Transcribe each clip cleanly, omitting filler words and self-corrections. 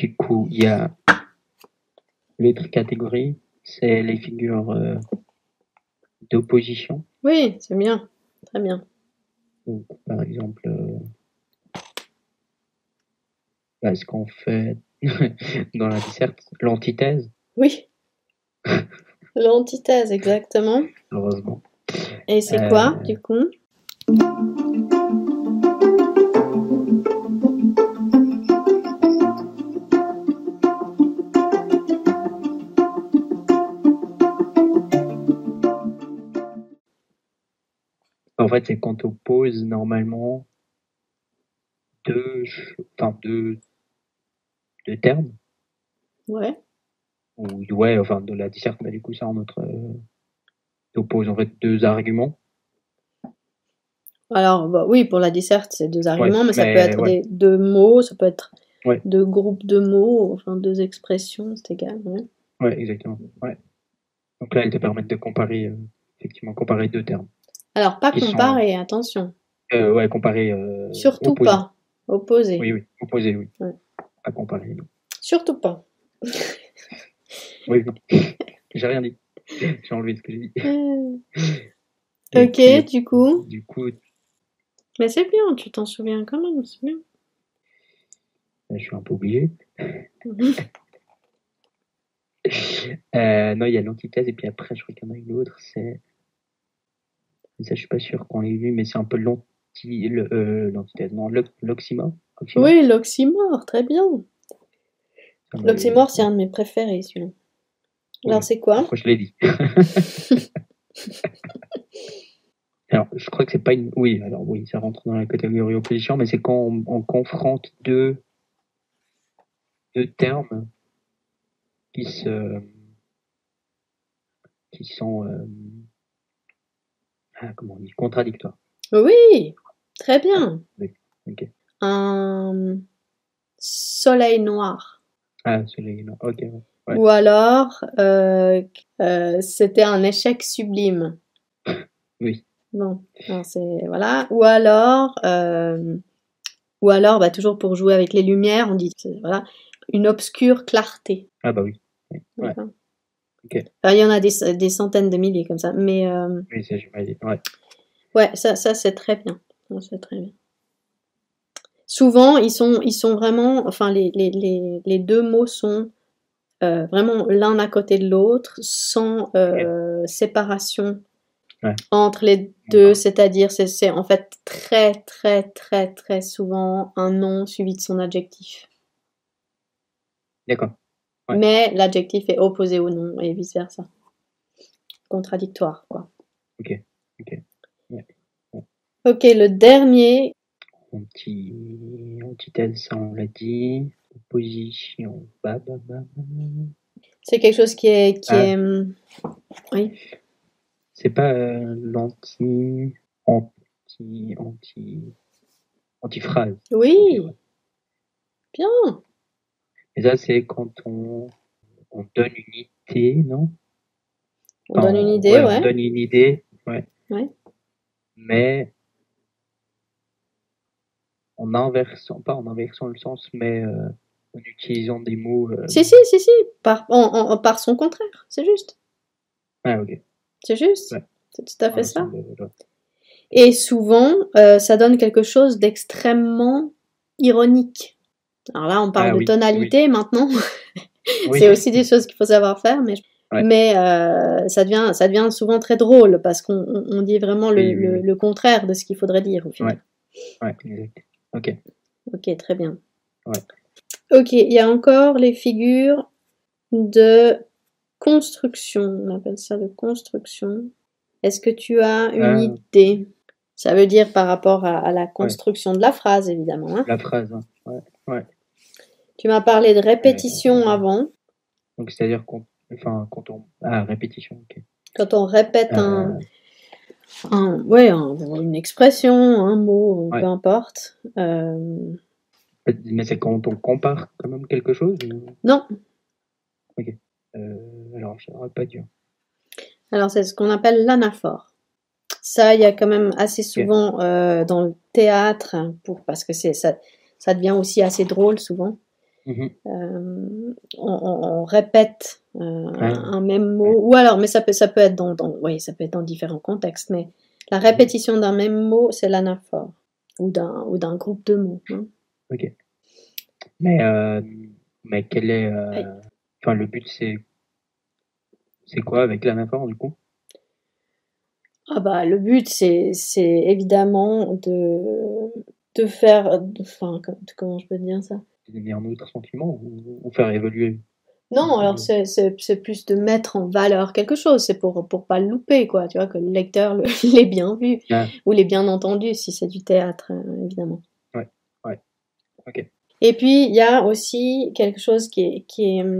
Du coup, il y a l'autre catégorie, c'est les figures d'opposition. Oui, c'est bien. Très bien. Donc, par exemple, ce qu'on fait dans la disserte, l'antithèse, Oui. L'antithèse, exactement. heureusement. Et c'est quoi, du coup? En fait, c'est quand on oppose normalement deux termes. Ouais. Enfin, de la disserte, mais du coup, ça en notre oppose en fait deux arguments. Alors, bah, oui, pour la disserte, c'est deux arguments, mais ça peut être ouais. deux mots, ça peut être Ouais. deux groupes de mots, enfin deux expressions, c'est égal. Ouais. Ouais, exactement. Ouais. Donc là, elles te permettent de comparer, effectivement, comparer deux termes. Alors, pas comparer, attention. Ouais, comparer. Surtout opposer. pas. Opposer. Oui, opposer, oui. Ouais. Pas comparer. Non. Surtout pas. Oui, non. J'ai rien dit. J'ai enlevé ce que j'ai dit. Ok, puis, du coup. Mais c'est bien, tu t'en souviens quand même, c'est bien. Je suis un peu obligé. Non, il y a l'antithèse, et puis après, je crois qu'il y en a une autre, c'est. Ça, je suis pas sûr qu'on l'ait vu, mais c'est un peu l'antithèse. Non, l'oxymore. Oui, l'oxymore, très bien. L'oxymore, c'est un de mes préférés, celui-là. Alors, oui. C'est quoi? Pourquoi je l'ai dit? Alors, je crois que c'est pas une. Oui, ça rentre dans la catégorie opposition, mais c'est quand on confronte deux termes qui sont comment on dit, contradictoires. Oui, très bien. Oui. Okay. Un soleil noir. Ah, soleil noir, ok. Ouais. Ou alors, c'était un échec sublime. Oui. Bon, alors c'est voilà. Ou alors, bah, toujours pour jouer avec les lumières, on dit voilà une obscure clarté. Ah bah oui. Ouais. Okay. Enfin, il y en a des centaines de milliers comme ça, mais. Oui, ça j'imagine. Ouais. Ouais, ça c'est très bien. C'est très bien. Souvent, ils sont vraiment, enfin les deux mots sont vraiment l'un à côté de l'autre, sans séparation entre les deux, c'est-à-dire c'est en fait très très très très souvent un nom suivi de son adjectif. D'accord. Ouais. Mais l'adjectif est opposé au nom et vice versa. Contradictoire, quoi. Ok. Ouais. Ok, le dernier. Antithèse, ça on l'a dit. Opposition. C'est quelque chose qui est. Oui. C'est pas antiphrase. Oui. Bien. Et ça, c'est quand on donne une idée, non? On donne une idée, ouais. On donne une idée, ouais. Mais pas en inversant le sens, mais en utilisant des mots. Si. Par son contraire, c'est juste. Ah, ok. C'est juste. Ouais. C'est tout à fait ça. Et souvent, ça donne quelque chose d'extrêmement ironique. Alors là, on parle de tonalité maintenant. C'est aussi des choses qu'il faut savoir faire, mais ça devient souvent très drôle parce qu'on dit vraiment le contraire de ce qu'il faudrait dire au final. Ouais, exact. Ok. Ok, très bien. Ouais. Ok, il y a encore les figures de construction. On appelle ça de construction. Est-ce que tu as une idée? Ça veut dire par rapport à la construction de la phrase, évidemment. Hein. La phrase, hein. Ouais. Tu m'as parlé de répétition avant. Donc, c'est-à-dire quand on... Ah, répétition, ok. Quand on répète une expression, un mot, peu importe. Mais c'est quand on compare quand même quelque chose ou... Non. Ok. Alors, ça n'aurait pas dur. Alors, c'est ce qu'on appelle l'anaphore. Ça, il y a quand même assez souvent dans le théâtre, parce que ça devient aussi assez drôle souvent. Mhm. On répète Ah, un même ouais. mot, ou alors, mais ça peut être oui, ça peut être dans différents contextes, mais la Mhm. répétition d'un même mot, c'est l'anaphore, ou d'un groupe de mots, hein. Ok. Mais, euh, mais quel est, Aïe. enfin, le but, c'est quoi avec l'anaphore, du coup? Ah bah, le but, c'est évidemment de faire, enfin, comment je peux dire ça? Donner un autre sentiment ou faire évoluer un Non, peu alors c'est plus de mettre en valeur quelque chose, c'est pour pas le louper, quoi, tu vois, que le lecteur l'ait bien vu, Ah, ou l'ait bien entendu, si c'est du théâtre, évidemment. ouais, ouais, ok. Et puis, il y a aussi quelque chose qui est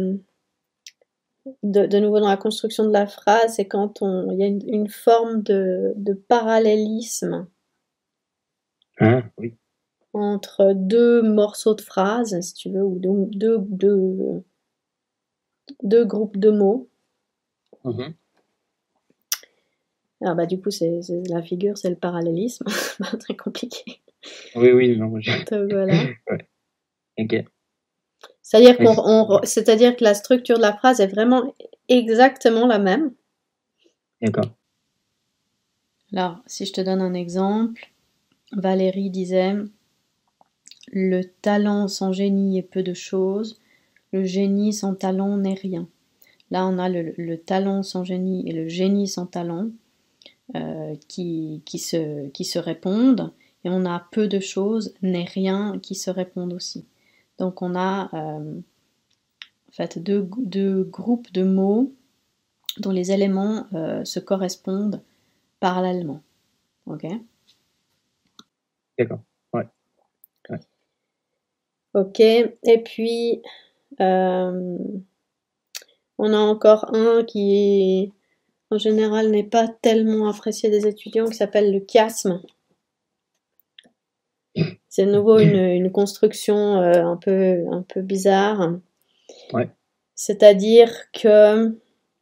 de nouveau dans la construction de la phrase, c'est quand il y a une forme de parallélisme Ah, oui. entre deux morceaux de phrase, si tu veux, ou deux groupes de mots. Mhm. Alors bah du coup, la figure, c'est le parallélisme, pas très compliqué. Oui, oui, non, Donc voilà. ouais, ok. C'est-à-dire Mais c'est-à-dire que la structure de la phrase est vraiment exactement la même. d'accord. Alors, si je te donne un exemple, Valérie disait: le talent sans génie est peu de choses, le génie sans talent n'est rien. Là, on a le talent sans génie et le génie sans talent qui se répondent, et on a peu de choses n'est rien qui se répondent aussi. Donc on a en fait deux groupes de mots dont les éléments se correspondent parallèlement. Ok. D'accord. Ouais, ouais. Ok. Et puis on a encore un qui en général n'est pas tellement apprécié des étudiants, qui s'appelle le chiasme. C'est de nouveau une construction un peu bizarre. Ouais. C'est-à-dire que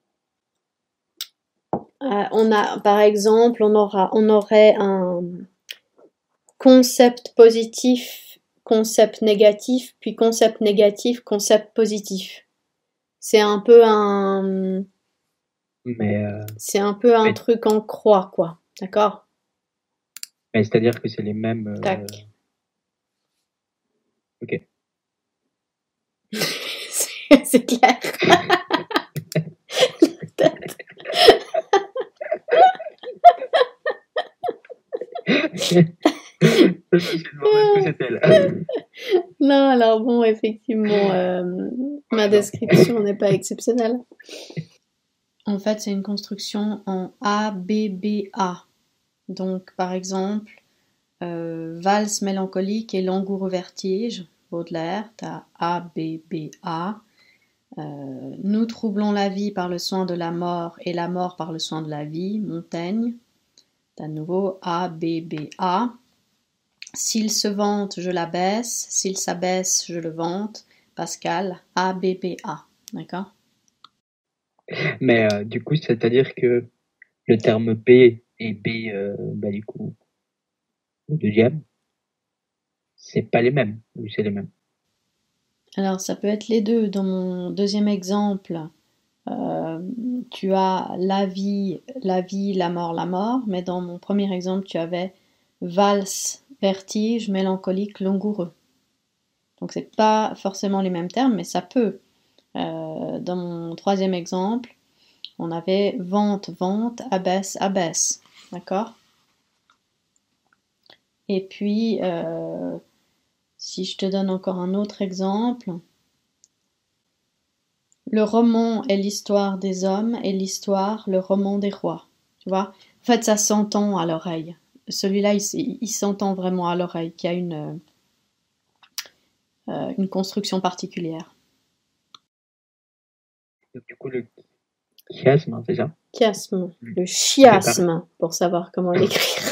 on a, par exemple, on aurait un concept positif, concept négatif, puis concept négatif, concept positif. C'est un peu un, Mais, c'est un peu un mais, truc en croix, quoi. D'accord? mais c'est-à-dire que c'est les mêmes. Tac. Ok. C'est clair. Je me suis demandé ce que c'était là. Non, alors bon, effectivement, ma Ouais, non. description n'est pas exceptionnelle. En fait, c'est une construction en A, B, B, A. Donc, par exemple, valse mélancolique et langoureux vertige, Baudelaire, t'as A, B, B, A. Nous troublons la vie par le soin de la mort et la mort par le soin de la vie, Montaigne. T'as de nouveau A, B, B, A. S'il se vante, je l'abaisse. S'il s'abaisse, je le vante. Pascal, A, B, B, A. D'accord? Mais du coup, c'est-à-dire que le terme B et B, bah, du coup, le deuxième, c'est pas les mêmes, ou c'est les mêmes. Alors, ça peut être les deux. Dans mon deuxième exemple, euh, tu as la vie, la mort. Mais dans mon premier exemple, tu avais valse, vertige, mélancolique, langoureux. Donc, c'est pas forcément les mêmes termes, mais ça peut. Dans mon troisième exemple, on avait vente, vente, abaisse, abaisse. D'accord? Et puis, si je te donne encore un autre exemple, le roman est l'histoire des hommes et l'histoire, le roman des rois. Tu vois? En fait, ça s'entend à l'oreille. Celui-là, il s'entend vraiment à l'oreille, qu'il y a une construction particulière. Donc, du coup, le chiasme, hein, c'est ça? Chiasme, le Il fait, par- chiasme, pour savoir comment l'écrire.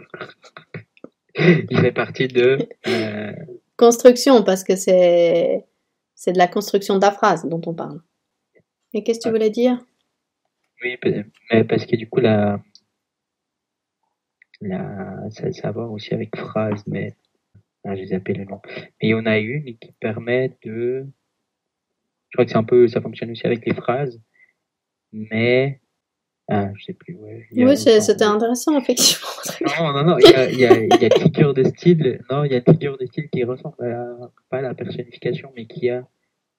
il fait partie de. Construction, parce que c'est de la construction de la phrase dont on parle. Et qu'est-ce que tu Ouais. voulais dire? Oui, mais parce que du coup, ça a à voir aussi avec phrase, mais Ah, j'ai zappé le nom. Mais il y en a une qui permet de... Je crois que c'est un peu... Ça fonctionne aussi avec les phrases, mais... Ah, je sais plus, ouais. Oui, Enfin, c'était intéressant, effectivement. non, il y a une figure de style... Non, il y a une figure de style qui ressemble pas à la personnification, mais qui a...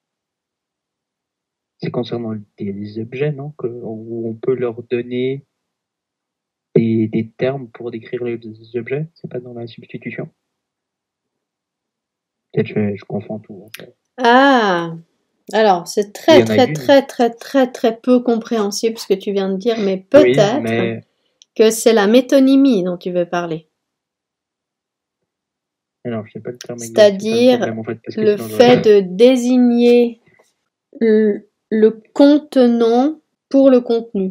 C'est concernant des objets, non? Où on peut leur donner des termes pour décrire les objets. C'est pas dans la substitution? Peut-être je confonds tout, en fait. Ah! Alors, c'est Il très, y en a très, une. très, très, très, très peu compréhensible ce que tu viens de dire, mais Oui, peut-être mais... que c'est la métonymie dont tu veux parler. Alors, je sais pas le terme exact, c'est ça le C'est-à-dire problème, en fait, parce que le sinon j'aurais... fait de désigner le contenant pour le contenu.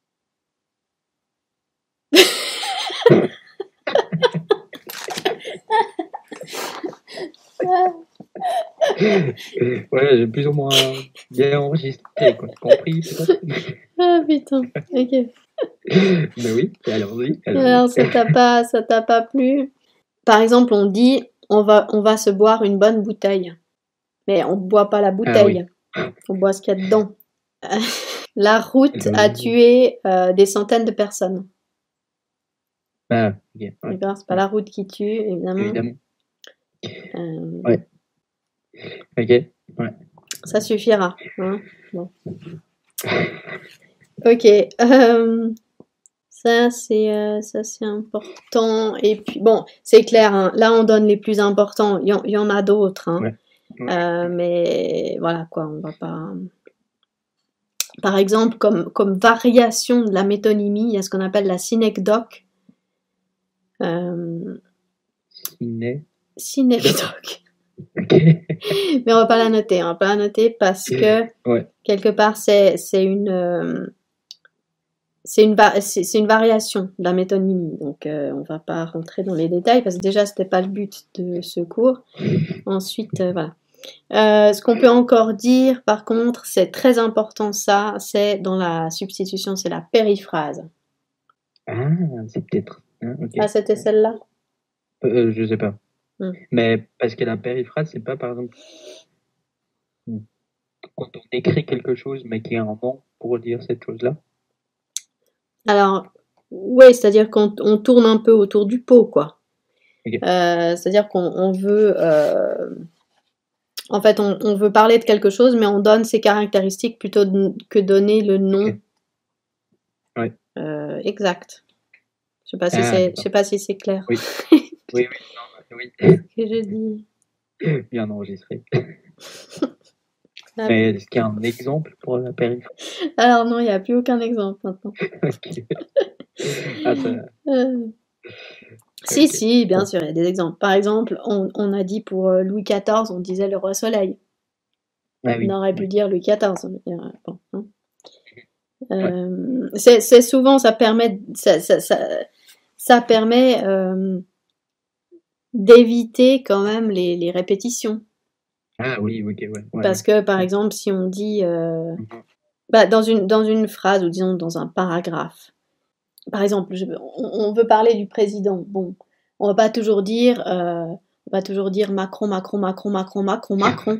Voilà, j'ai plus ou moins bien enregistré, quoi. Compris, peut-être? Ah putain, ok. Mais oui, allons-y, allons-y. Alors ça t'a pas plu? Par exemple, on dit on va se boire une bonne bouteille. Mais on ne boit pas la Ah oui. bouteille, on boit ce qu'il y a dedans. La route a Le... tué des centaines de personnes. Ah, ok, ouais, D'accord, c'est pas la route qui tue, évidemment. évidemment. Euh, Ouais, ok, ouais. Ça suffira. Hein, bon. Ok. Ça c'est important. Et puis bon, c'est clair. Hein, là, on donne les plus importants. Il y en a d'autres. Hein, Ouais. Ouais. mais voilà quoi, on va pas. Par exemple, comme variation de la métonymie, il y a ce qu'on appelle la synecdoque. Synecdoque. Ok. Mais on va pas la noter. On va pas la noter parce que Ouais. quelque part c'est une c'est une variation de la métonymie. Donc on va pas rentrer dans les détails parce que déjà c'était pas le but de ce cours. Ensuite voilà. Ce qu'on peut encore dire, par contre, c'est très important ça, c'est dans la substitution, c'est la périphrase. Ah, c'est peut-être... Hein, ok. Ah, c'était celle-là? Je sais pas. Mais parce que la périphrase, c'est pas, par exemple, quand on écrit quelque chose, mais qu'il y a un nom pour dire cette chose-là. Alors, oui, c'est-à-dire qu'on tourne un peu autour du pot, quoi. Ok. C'est-à-dire qu'on veut... en fait, on veut parler de quelque chose, mais on donne ses caractéristiques plutôt que donner le nom Ok. Ouais. exact. Je sais pas si c'est clair. Oui. Oui, oui, non, oui. Ce que je dis. Bien enregistré. Ah, Mais est-ce qu'il y a un exemple pour la périphrase? alors non, il n'y a plus aucun exemple maintenant. Ok. Ah, ça... Si, Ok. si, bien Bon. sûr, il y a des exemples. Par exemple, on a dit pour Louis XIV, on disait le roi soleil. Ah On oui. aurait pu Oui. dire Louis XIV. On veut dire, bon, hein. Ouais. C'est souvent, ça permet d'éviter quand même les répétitions. Ah oui, ok, ouais. Ouais, Parce ouais. que, par exemple, si on dit, Mhm. bah, dans une phrase ou disons dans un paragraphe, par exemple, on veut parler du président. Bon, on va pas toujours dire, Macron, Macron, Macron, Macron, Macron, Macron.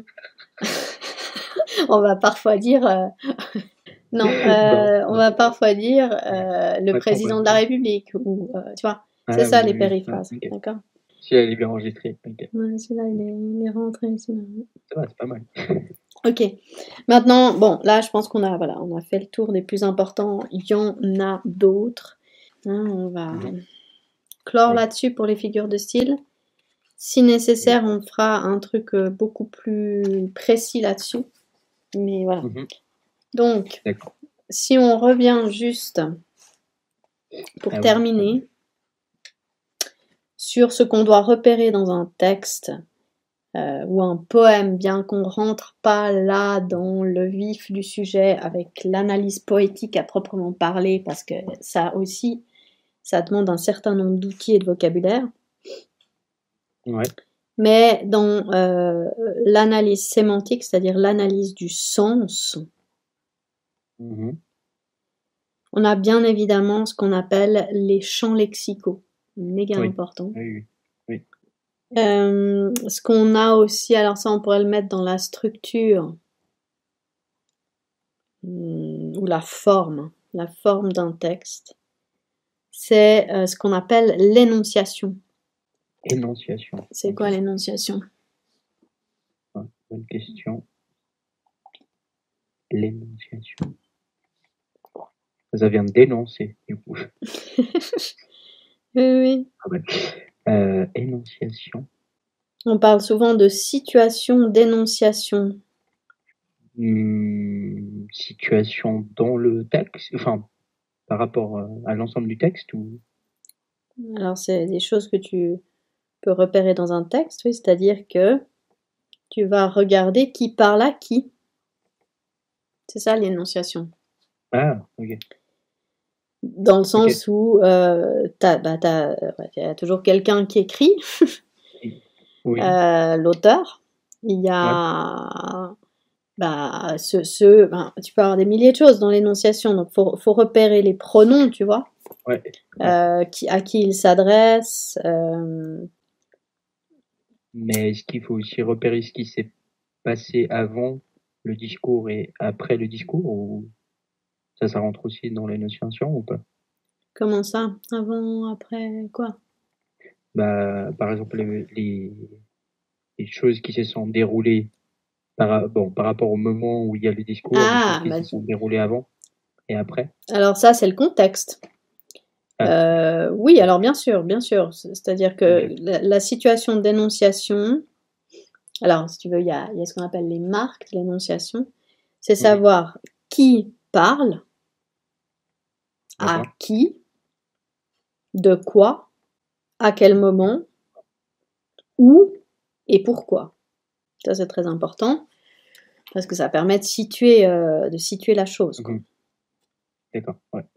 On va parfois dire, non, Non, on non. va parfois dire le Macron, président de la Macron. République ou tu vois, c'est Ah ça oui, les oui. Ah, périphrases, ok. d'accord? Si elle est bien enregistrée. Ok. Ouais, celui-là il est rentré. Celui-là. Ça va, c'est pas mal. Ok. Maintenant, bon, là, je pense on a fait le tour des plus importants. Il y en a d'autres. Hein, on va clore Ouais. là-dessus pour les figures de style. Si nécessaire, on fera un truc beaucoup plus précis là-dessus. Mais voilà. Mhm. Donc, D'accord. si on revient juste pour Ah oui. terminer sur ce qu'on doit repérer dans un texte ou un poème, bien qu'on rentre pas là dans le vif du sujet avec l'analyse poétique à proprement parler, parce que ça aussi, ça demande un certain nombre d'outils et de vocabulaire. Ouais. Mais dans l'analyse sémantique, c'est-à-dire l'analyse du sens, Mhm. on a bien évidemment ce qu'on appelle les champs lexicaux, méga Oui. important. Oui, oui. Oui. Ce qu'on a aussi, alors ça on pourrait le mettre dans la structure ou la forme d'un texte, c'est ce qu'on appelle l'énonciation. Énonciation. C'est Ok. quoi l'énonciation? Bonne question. L'énonciation. Ça vient de dénoncer, du coup. Oui. Ah ouais. Énonciation. On parle souvent de situation d'énonciation. Situation dans le texte, enfin, par rapport à l'ensemble du texte ou... Alors c'est des choses que tu peux repérer dans un texte, oui, c'est-à-dire que tu vas regarder qui parle à qui. C'est ça l'énonciation. Ah, ok. Dans le Ok. sens où y a toujours quelqu'un qui écrit, Oui. l'auteur. Il y Ouais. a tu peux avoir des milliers de choses dans l'énonciation, donc faut repérer les pronoms, tu vois, Ouais. à qui il s'adresse. Mais est-ce qu'il faut aussi repérer ce qui s'est passé avant le discours et après le discours ou ça rentre aussi dans l'énonciation ou pas? Comment ça? Avant, après, quoi? Bah, par exemple, les choses qui se sont déroulées par rapport au moment où il y a le discours, les choses Ah, qui se sont déroulées avant et après. alors ça, c'est le contexte. Ah, Oui, alors bien sûr, bien sûr. C'est-à-dire que ok. la situation d'énonciation, alors si tu veux, il y a ce qu'on appelle les marques de l'énonciation. C'est Oui, savoir qui parle, à d'accord. qui, de quoi, à quel moment, où et pourquoi. Ça, c'est très important parce que ça permet de situer la chose, quoi. Mhm. D'accord, ouais.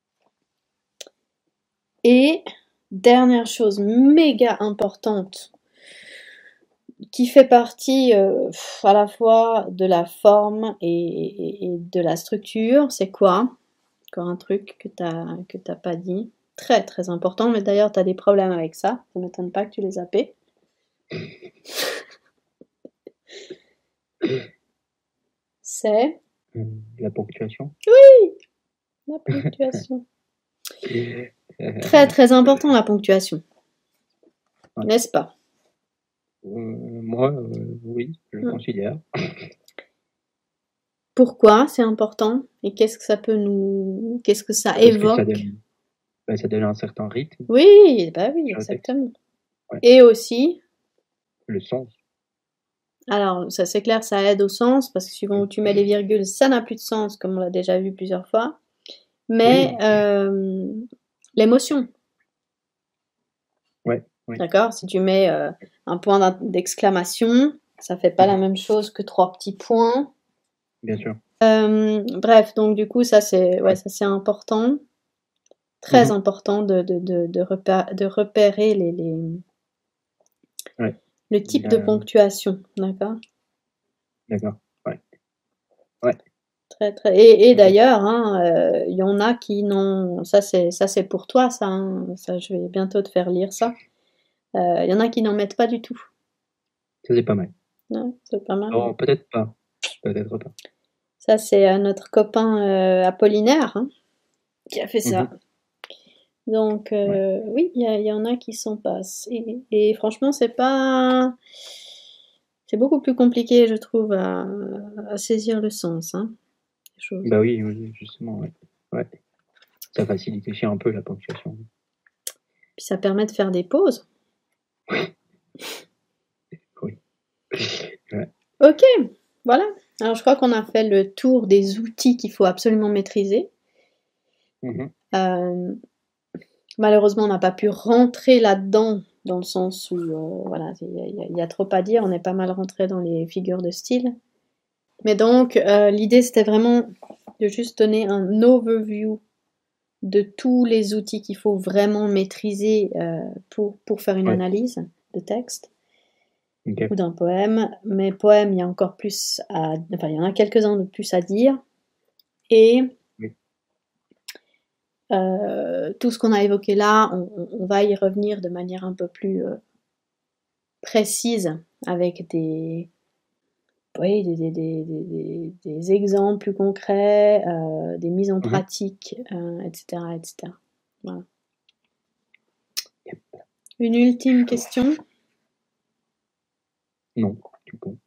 Et dernière chose méga importante qui fait partie à la fois de la forme et de la structure, c'est quoi? Encore un truc que t'as pas dit. Très très important, mais d'ailleurs tu as des problèmes avec ça. Ça m'étonne pas que tu les zappes. C'est La ponctuation. la ponctuation. Euh, Très très important la ponctuation, ouais. n'est-ce pas? Moi, oui, je le Mm. considère. Pourquoi c'est important et qu'est-ce que ça Parce que évoque? ça donne un certain rythme Oui, bah oui, sur le texte. exactement. Ouais. Et aussi, Le sens. alors ça c'est clair, ça aide au sens parce que suivant où tu mets les virgules, ça n'a plus de sens comme on l'a déjà vu plusieurs fois. Mais Oui, l'émotion, ouais, oui, d'accord? Si tu mets un point d'exclamation, ça fait pas la même chose que trois petits points. bien sûr. Bref, donc du coup Ouais. ça c'est important, très Mhm. important de repérer Ouais. le type de La- ponctuation, d'accord? D'accord. Ouais. Ouais. Très, très. Et Ok. d'ailleurs, hein, il y en a qui n'ont. Ça c'est pour toi, ça, hein. Ça, je vais bientôt te faire lire ça. Il y en a qui n'en mettent pas du tout. Ça, c'est pas mal. Ouais, c'est pas mal. Non, peut-être pas. Peut-être pas. Ça, c'est notre copain Apollinaire hein, qui a fait ça. Mhm. Donc, Ouais. oui, il y en a qui s'en passent. Et franchement, c'est pas. C'est beaucoup plus compliqué, je trouve, à saisir le sens, hein, des choses. Bah oui, oui, justement, ouais. Ouais. Ça facilite aussi un peu la ponctuation. Puis ça permet de faire des pauses. Oui. Ouais. Ok, voilà. Alors, je crois qu'on a fait le tour des outils qu'il faut absolument maîtriser. Mhm. Euh, Malheureusement, on n'a pas pu rentrer là-dedans, dans le sens où, voilà, il y a trop à dire. On est pas mal rentré dans les figures de style. Mais donc, l'idée, c'était vraiment de juste donner un overview de tous les outils qu'il faut vraiment maîtriser pour faire une Ouais. analyse de texte Ok. ou d'un poème. Mais poème, il y a encore enfin, il y en a quelques-uns de plus à dire. Et Oui. tout ce qu'on a évoqué là, on va y revenir de manière un peu plus précises avec oui, des exemples plus concrets, des mises en pratique, etc., etc. Voilà. Yep. Une ultime question? Non, tout bon.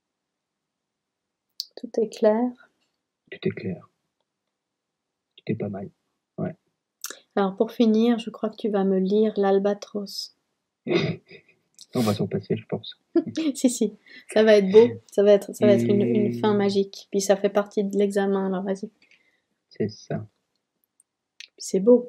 Tout est clair? Tout est clair. Tout est pas mal. Ouais. Alors pour finir, je crois que tu vas me lire l'Albatros. On va s'en passer, je pense. Si, ça va être beau, ça va être une fin magique. Puis ça fait partie de l'examen, alors vas-y. C'est ça. C'est beau.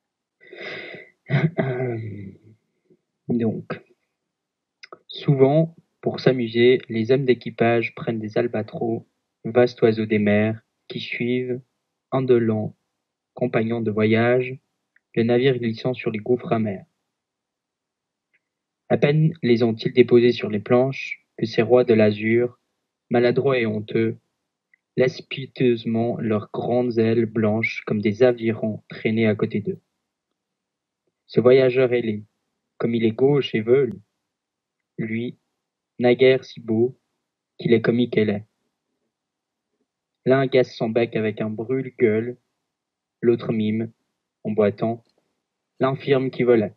Donc, souvent, pour s'amuser, les hommes d'équipage prennent des albatros, vastes oiseaux des mers, qui suivent, indolents, compagnons de voyage, le navire glissant sur les gouffres amers. À peine les ont-ils déposés sur les planches, que ces rois de l'azur, maladroits et honteux, laissent piteusement leurs grandes ailes blanches comme des avirons traîner à côté d'eux. Ce voyageur ailé, comme il est gauche et veule, lui, naguère si beau, qu'il est comique et laid. L'un agace son bec avec un brûle-gueule, l'autre mime, en boitant, l'infirme qui volait.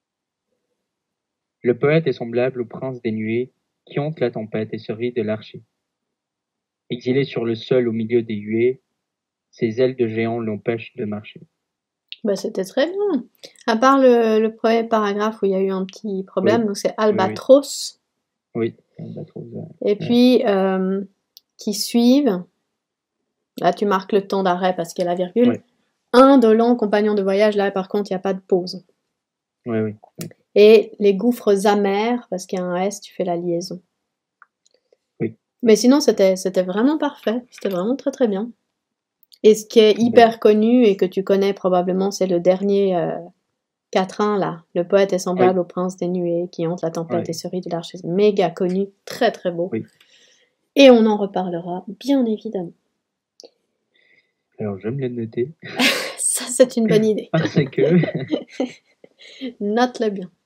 Le poète est semblable au prince des nuées, qui hante la tempête et se rit de l'archer. Exilé sur le sol au milieu des huées, ses ailes de géant l'empêchent de marcher. Bah, c'était très bien. À part le premier paragraphe où il y a eu un petit problème, Oui. donc c'est Albatros. Oui, albatros. Et puis, qui suivent, là tu marques le temps d'arrêt parce qu'il y a la virgule. Ouais. Indolent compagnon de voyage, là par contre il n'y a pas de pause. Oui. Et les gouffres amers, parce qu'il y a un S, tu fais la liaison. Oui. Mais sinon c'était vraiment parfait, c'était vraiment très très bien. Et ce qui est hyper connu et que tu connais probablement, c'est le dernier quatrain là. Le poète est semblable au prince des nuées qui hante la tempête et se rit de l'archer. Méga connu, très très beau. Oui. Et on en reparlera, bien évidemment. Alors je vais me le noter. Ça, c'est une bonne idée. Parce que... Note-le bien.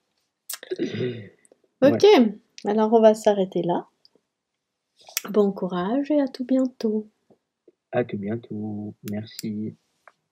Ok, alors on va s'arrêter là. Bon courage et à tout bientôt. À tout bientôt. Merci.